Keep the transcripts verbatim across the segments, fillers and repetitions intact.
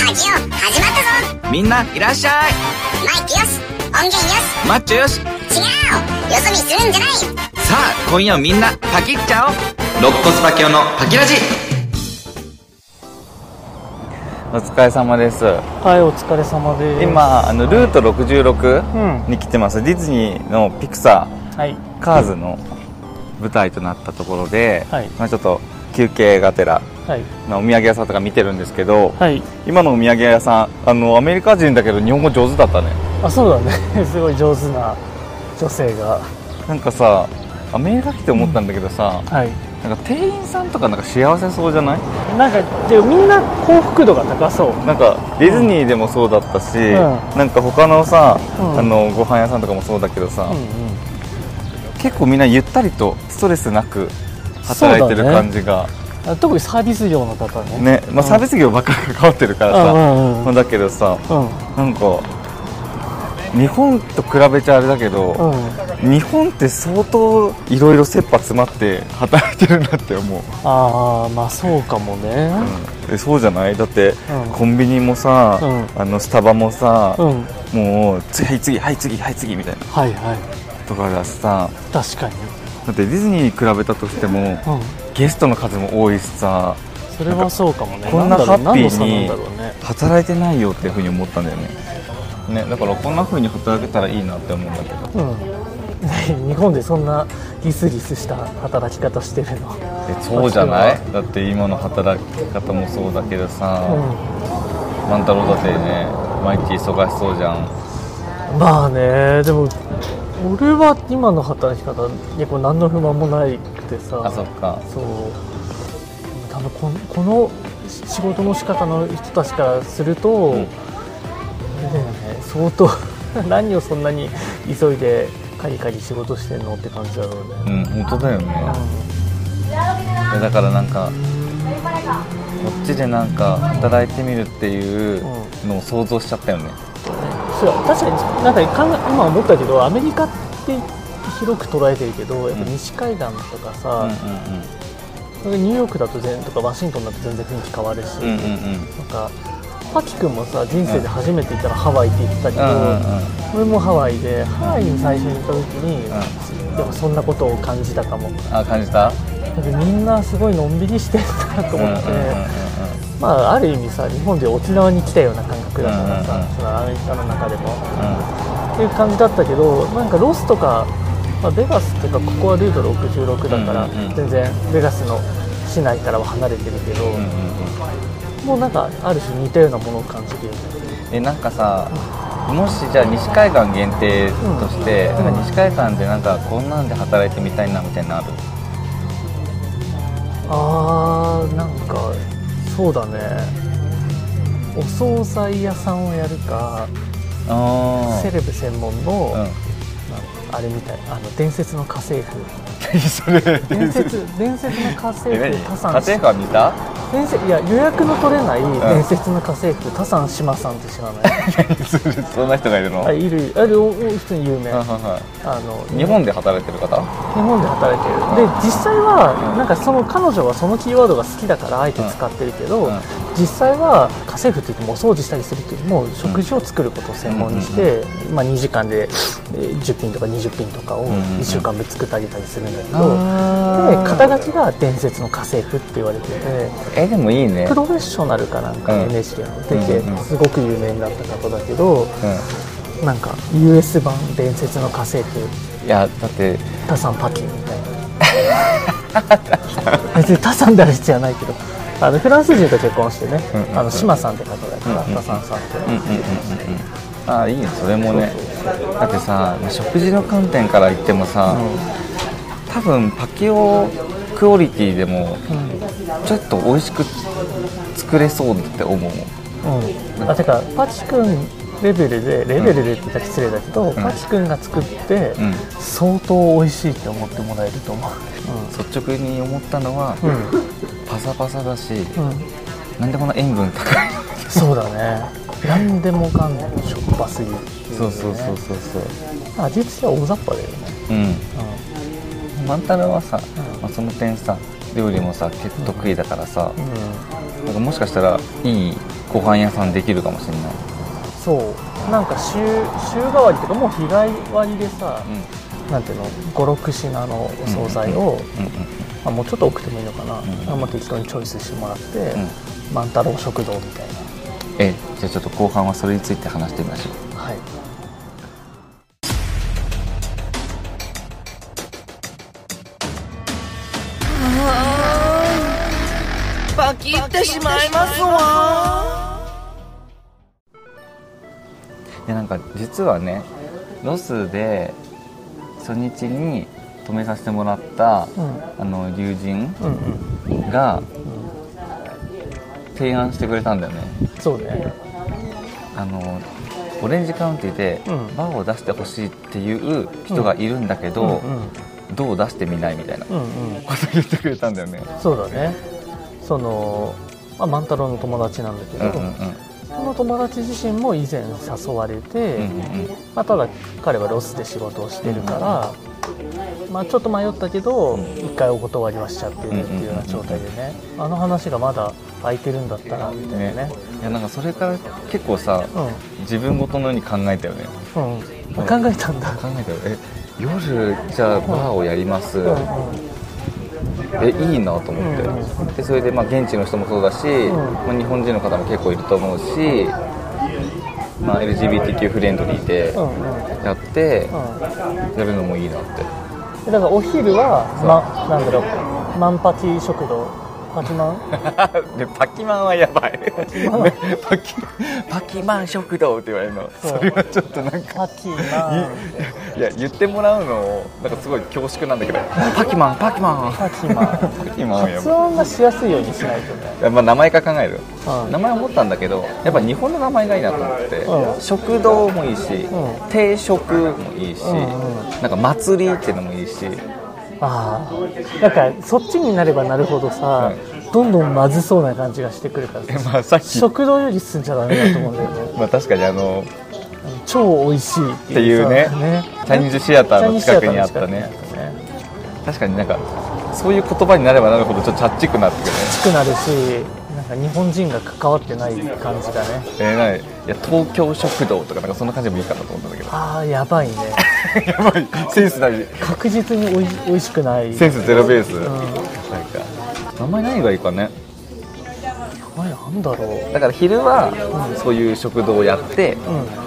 ラジオ始まったぞ。 みんないらっしゃい。 マイクよし、音源よし、 マッチョよし。 違う、よそ見するんじゃない。 さあ今夜みんなパキっちゃおう。肋骨パキオのパキラジ。お疲れ様です。 はい、お疲れ様です。 今あのルートろくじゅうろくうんに来てます。ディズニーのピクサー、 はい、 カーズの舞台となったところで、 はい、 まあ、ちょっと休憩がてらはいのお土産屋さんとか見てるんですけど、 はい、 今のお土産屋さんあのアメリカ人だけど日本語上手だったね。 あ、そうだねすごい上手な女性が。 なんかさ、アメリカ来て思ったんだけどさ、 はい、 なんか店員さんとかなんか幸せそうじゃない？ なんかでもみんな幸福度が高そう。 なんかディズニーでもそうだったし、 うん、 なんか他のさ、 うん、 あのご飯屋さんとかもそうだけどさ、 うんうん、 結構みんなゆったりとストレスなく働いてる感じが、 ね、特にサービス業の方ね。 ね、まあ、サービス業ばっかり関わってるからさ、うんうん、だけどさ、うん、なんか日本と比べちゃあれだけど、うん、日本って相当いろいろ切羽詰まって働いてるなって思う。 ああ、まあそうかもね、 うん、そうじゃない？だって、うん、コンビニもさ、うん、あのスタバもさ、うん、もう次はい次はい次はい次みたいな、はいはい、とかだしさ、 確かにだってディズニーに比べたとしても、うん、ゲストの数も多いしさ、 それはそうかもね。 こんなハッピーに働いてないよっていうふうに思ったんだよね。ね、だからこんな風に働けたらいいなって思うんだけど、 うん、日本でそんなギスギスした働き方してるの？ えそうじゃない？だって今の働き方もそうだけどさ、うん、万太郎だってね毎日忙しそうじゃん。 まあね、でも俺は今の働き方結構何の不満もないくてさ。 あ、そっか。 そう、多分この、この仕事の仕方の人たちからすると、うん、ね、相当何をそんなに急いでカリカリ仕事してんのって感じだろうね。 うん、本当だよね、うん、だからなんかこっちでなんか働いてみるっていうのを想像しちゃったよね、 うん、そう、確かになんか今思ったけどアメリカって広く捉えてるけどやっぱ西海岸とかさ、うんうんうん、ニューヨークだと全とかワシントンだと全然雰囲気変わるし、うんうんうん、なんかパキ君もさ人生で初めて行ったらハワイって言ってたけど、うんうんうん、俺もハワイでハワイに最初に行った時に、うん、やっぱそんなことを感じたかも。 あ、感じた？ だってみんなすごいのんびりしてるなと思って、うんうんうんうん、まあある意味さ日本で沖縄に来たような感覚だからさ、うんうんうん、そのアメリカの中でも、うん、っていう感じだったけど、なんかロスとか、まあ、ベガスっていうかここはルートろくじゅうろくだから、うんうんうん、全然ベガスの市内からは離れてるけど、うんうんうん、もうなんかある種似たようなものを感じるよね。 え、なんかさ、うん、もしじゃあ西海岸限定として、うん、なんか西海岸でなんかこんなんで働いてみたいなみたいなのある？あー、なんかそうだね、お惣菜屋さんをやるか、あセレブ専門の、うん、あれみたい、あの伝説の家政婦それ伝説伝説の家政婦タサン、 家政婦は見た？ 伝説、いや予約の取れない伝説の家政婦、うん、タサン島さんって知らない？ そんな人がいるの？ あ、いる、あれ普通に有名、 はいはい、あの日本で働いてる方？ 日本で働いてる、で実際はなんかその彼女はそのキーワードが好きだからあえて使ってるけど、うんうん、実際は家政婦って言ってもお掃除したりするっていうよりも食事を作ることを専門にして、うんうんうん、まあ、にじかんでじゅっぴんとかにじゅっぴんとかをいっしゅうかんぶん作ってあげたりするんだけど、うんうん、で肩書きが伝説の家政婦って言われてて、 えでもいいね、 プロフェッショナルかなんか エヌエイチケー の出て、うん、すごく有名になった方だけど、うん、なんか ユーエス 版伝説の家政婦、 いやだってタサンパキみたいな別にタサンである必要はないけど、あのフランス人と結婚してね、うんうんうん、あの島さんって方だから、うんうん、タサンさんって、うんうんうんうん、 ああいいね、それもね。そうそうそう、だってさ食事の観点から言ってもさ、うん、多分パキオクオリティでも、うん、ちょっと美味しく作れそうって思うもん、 うん、あてかパチ君レベルでレベルでって言ったら失礼だけど、うん、パチ君が作って、うん、相当美味しいって思ってもらえると思う、 うん、率直に思ったのは、うん、パサパサだし、うん、なんでこんな塩分高いそうだね、なんでもかんでもしょっぱすぎる、ね、 そうそうそうそうそう、 味付けは大雑把だよね、 うん、うん、万太郎はさ、うんまあ、その点さ料理もさ結構得意だからさ、うん、なんかもしかしたらいいご飯屋さんできるかもしれない。 そうなんか週週替わりとかもう日替わりでさ、うん、なんていうのごろく品のお惣菜を、うんうんうんうんまあ、もうちょっと多くてもいいのかな、うん、もう適当にチョイスしてもらって、うん、万太郎食堂みたいな。 えじゃあちょっと後半はそれについて話してみましょう。 はい。 パキってしまいますわ。 いやなんか実はねロスで初日に泊めさせてもらった、うん、あの友人が提案してくれたんだよね。 そうね。 あのオレンジカウンティでバーを出してほしいっていう人がいるんだけど、うんうんうん、どう出してみないみたいなこと言ってくれたんだよね。 そうだね。その、まあ、万太郎の友達なんだけど、うんうんうん、その友達自身も以前誘われて、うんうんうんまあ、ただ彼はロスで仕事をしてるから、うんうんまあ、ちょっと迷ったけど一、うん、回お断りはしちゃってるっていうような状態でね、うんうんうん、あの話がまだ空いてるんだったらみたいなね。 いやなんかそれから結構さ、うん、自分ごとのように考えたよね、 うん、考えたんだ。 考えたよ。え夜じゃあバーをやります、うんうんうんえいいなと思って、うん、でそれでまあ現地の人もそうだし、うんまあ、日本人の方も結構いると思うし、まあ、エルジービーティーキュー フレンドリーでやって、うんうん、やるのもいいなって。 だからお昼は、ま、なんだろうマンパティ食堂パキマンでパキマンはやばいパキマン、ね、パ, キパキマン食堂って言われるの そ, それはちょっとなんかパキマンいや言ってもらうのなんかすごい恐縮なんだけどパキマンパキマンパキマンパキマン発音がしやすいようにしないとね。 いや、まあ、名前から考える、うん、名前思ったんだけどやっぱ日本の名前がいいなと思って、うん、食堂もいいし、うん、定食もいいし、うんうん、なんか祭りっていうのもいいしああ、なんかそっちになればなるほどさ、うん、どんどんまずそうな感じがしてくるからさ、 まあ、さっき食堂より進んじゃダメだと思うんだよね。 まあ確かにあの超美味しいっていうね、ねチャイニーズシアターの近くにあったね。確かになんかそういう言葉になればなるほどちょっとチャッチくなってくるね。 チャッチくなるしなんか日本人が関わってない感じだね。 えー、ないいや東京食堂とかなんかそんな感じでもいいかなと思ったんだけど。 ああやばいねやばいセンスない。 確実においおいしくない。 センスゼロベース、うん、なんか名前何がいいかね。 名前なんだろう。 だから昼はそういう食堂をやって、うん、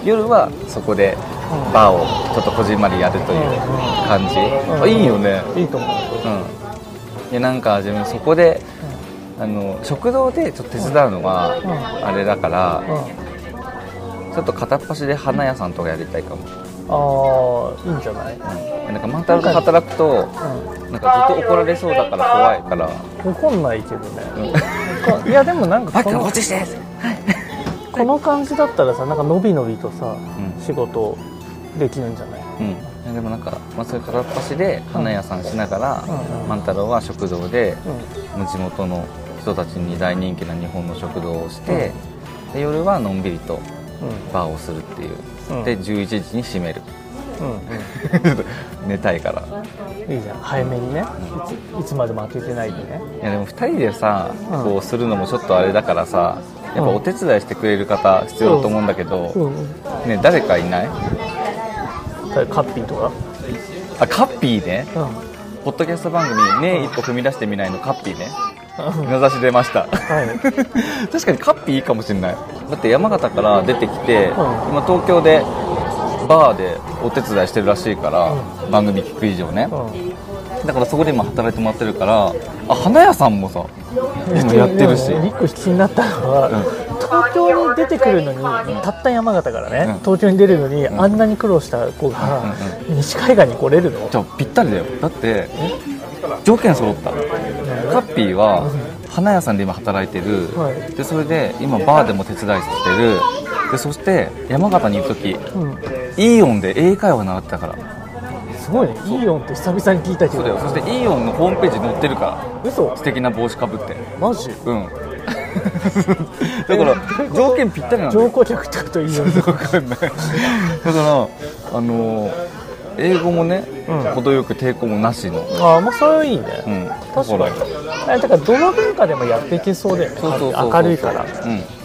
夜はそこでバーをちょっとこじんまりやるという感じ、うんうん、いいよね。 いいと思う、 うん、いやなんか自分そこで、うん、あの食堂でちょっと手伝うのはあれだから、うんうん、ちょっと片っ端で花屋さんとかやりたいかも。 ああいいんじゃない、 うん、なんか万太郎と働くと、うん、なんかずっと怒られそうだから怖いから怒んないけどね、うん、いやでもなんかこのこの感じだったらさなんかのびのびとさ、うん、仕事できるんじゃない、 うん、でもなんか、まあ、そういう片っ端で花屋さんしながら、うん、万太郎は食堂で、うん、地元の人たちに大人気な日本の食堂をして、うん、で夜はのんびりとバーをするっていう、うん、でじゅういちじに閉める、うんうん、寝たいからいいじゃん早めにね、うん、い, ついつまでも開けてないでね。 いやでもふたりでさ、うん、こうするのもちょっとあれだからさやっぱお手伝いしてくれる方必要だと思うんだけど、うんうんね、誰かいない？ カッピーとか。 あカッピーね、うん、ポッドキャスト番組ね、一歩踏み出してみないのカッピーね名指し出ました、はい、確かにカッピーいいかもしれない。だって山形から出てきて、うん、今東京でバーでお手伝いしてるらしいから、うん、番組聞く以上ね、うん、だからそこで今働いてもらってるからあ花屋さんもさ今やってるし一個気になったのは、うん、東京に出てくるのに、うん、たった山形からね、うん、東京に出るのに、うん、あんなに苦労した子が、うんうん、西海岸に来れるの？ じゃあぴったりだよ。だって条件揃った、うん、カッピーは花屋さんで今働いてる、はい、でそれで今バーでも手伝いしてるでそして山形に行く時、うん、イーオンで英会話習ってたから。 すごいね。イーオンって久々に聞いたけど。 そうだよ。そしてイーオンのホームページ載ってるから。 嘘？ 素敵な帽子かぶって。 マジ？ うんだから条件ぴったりなんだよ。 乗降客ってこといいよね。 分かんないだからあの英語もね、うん、程よく抵抗もなしの。 ああもうそれはいいね、 うん、 確かに。だからどの文化でもやっていけそうだよね。そうそうそうそう明るいから、うん、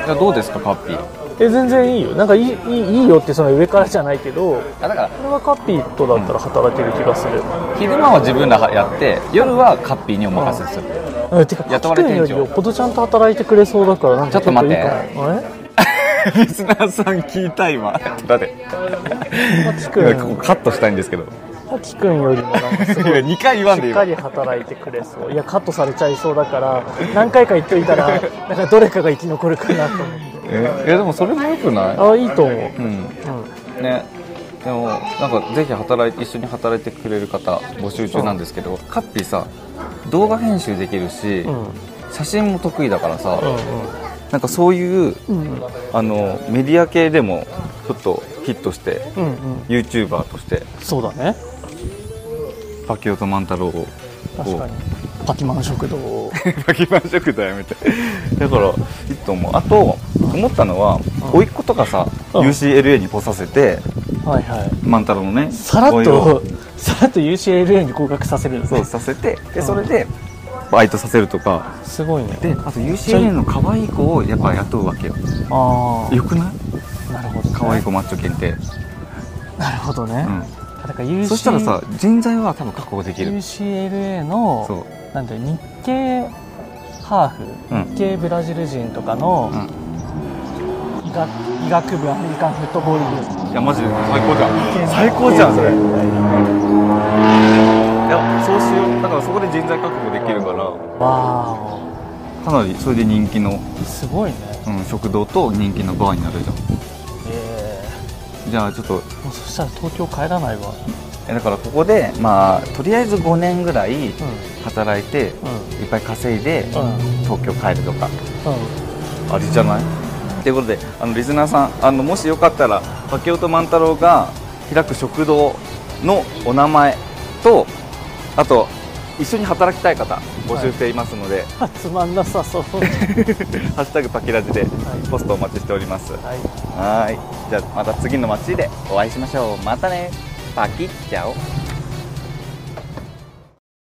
やどうですかカッピー。 え全然いいよ。なんかいいいいいいよってその上からじゃないけど、 あだからこれはカッピーとだったら働いてる気がする。 昼間は自分らやって夜はカッピーにお任せする。 えてか雇われ店長カッピーよりよっぽどちゃんと働いてくれそうだからなんかちょっと待って結構いいかも。えリスナーさん聞いた今。だってあきくん今ここカットしたいんですけど。 あきくんよりもなんかすごいにかい言わんでいいしっかり働いてくれそう。いやカットされちゃいそうだから何回か言っといたらなんかどれかが生き残るかなと思って。 えいやでもそれもよくない？ あいいと思う。 うんね。でもなんかぜひ働いて一緒に働いてくれる方募集中なんですけど、カッピーさ動画編集できるし、 うんうん写真も得意だからさ、 うんなんかそういううんあのメディア系でもちょっとヒットしてうんうん YouTuber としてそうだね。 パキオと万太郎を確かにパキマン食堂をパキマン食堂やめてだからいいと思う。あと思ったのは甥っ子とかさうんユーシーエルエー に来させてはいはい万太郎のねさらっ甥をとさらっと ユーシーエルエー に合格させるんですそうね。 させてでそれでバイトさせるとかすごいね。 であと ユーシーエルエー の可愛い子をやっぱ雇うわけよ。 あよくない？ あなるほど、ね、 可愛い子マッチョ限定。 なるほどね、 うんだから ユーシーそしたらさ人材は多分確保できる。 ユーシーエルエー のそうなんて日系ハーフ、 うん日系ブラジル人とかのうん医学、医学部アメリカンフットボール部いやマジで最高じゃん最高じゃんそれ。いやそうしよう。だからそこで人材確保できるからわかなりそれで人気の、 ーすごいね。 うん、食堂と人気のバーになるじゃん。 えじゃあちょっとー、もうそしたら東京帰らないわ。 えだからここでまあとりあえずごねんぐらいうん働いて、 うんいっぱい稼いで、 うん東京帰るとかうんありじゃない？ということであのリスナーさんあのもしよかったらパキオと万太郎が開く食堂のお名前とあと一緒に働きたい方募集していますので、 あつまんなさそうハッシュタグパキラジでいポストお待ちしております。 はいはーいじゃあまた次の街でお会いしましょう。またねパキッチャオ。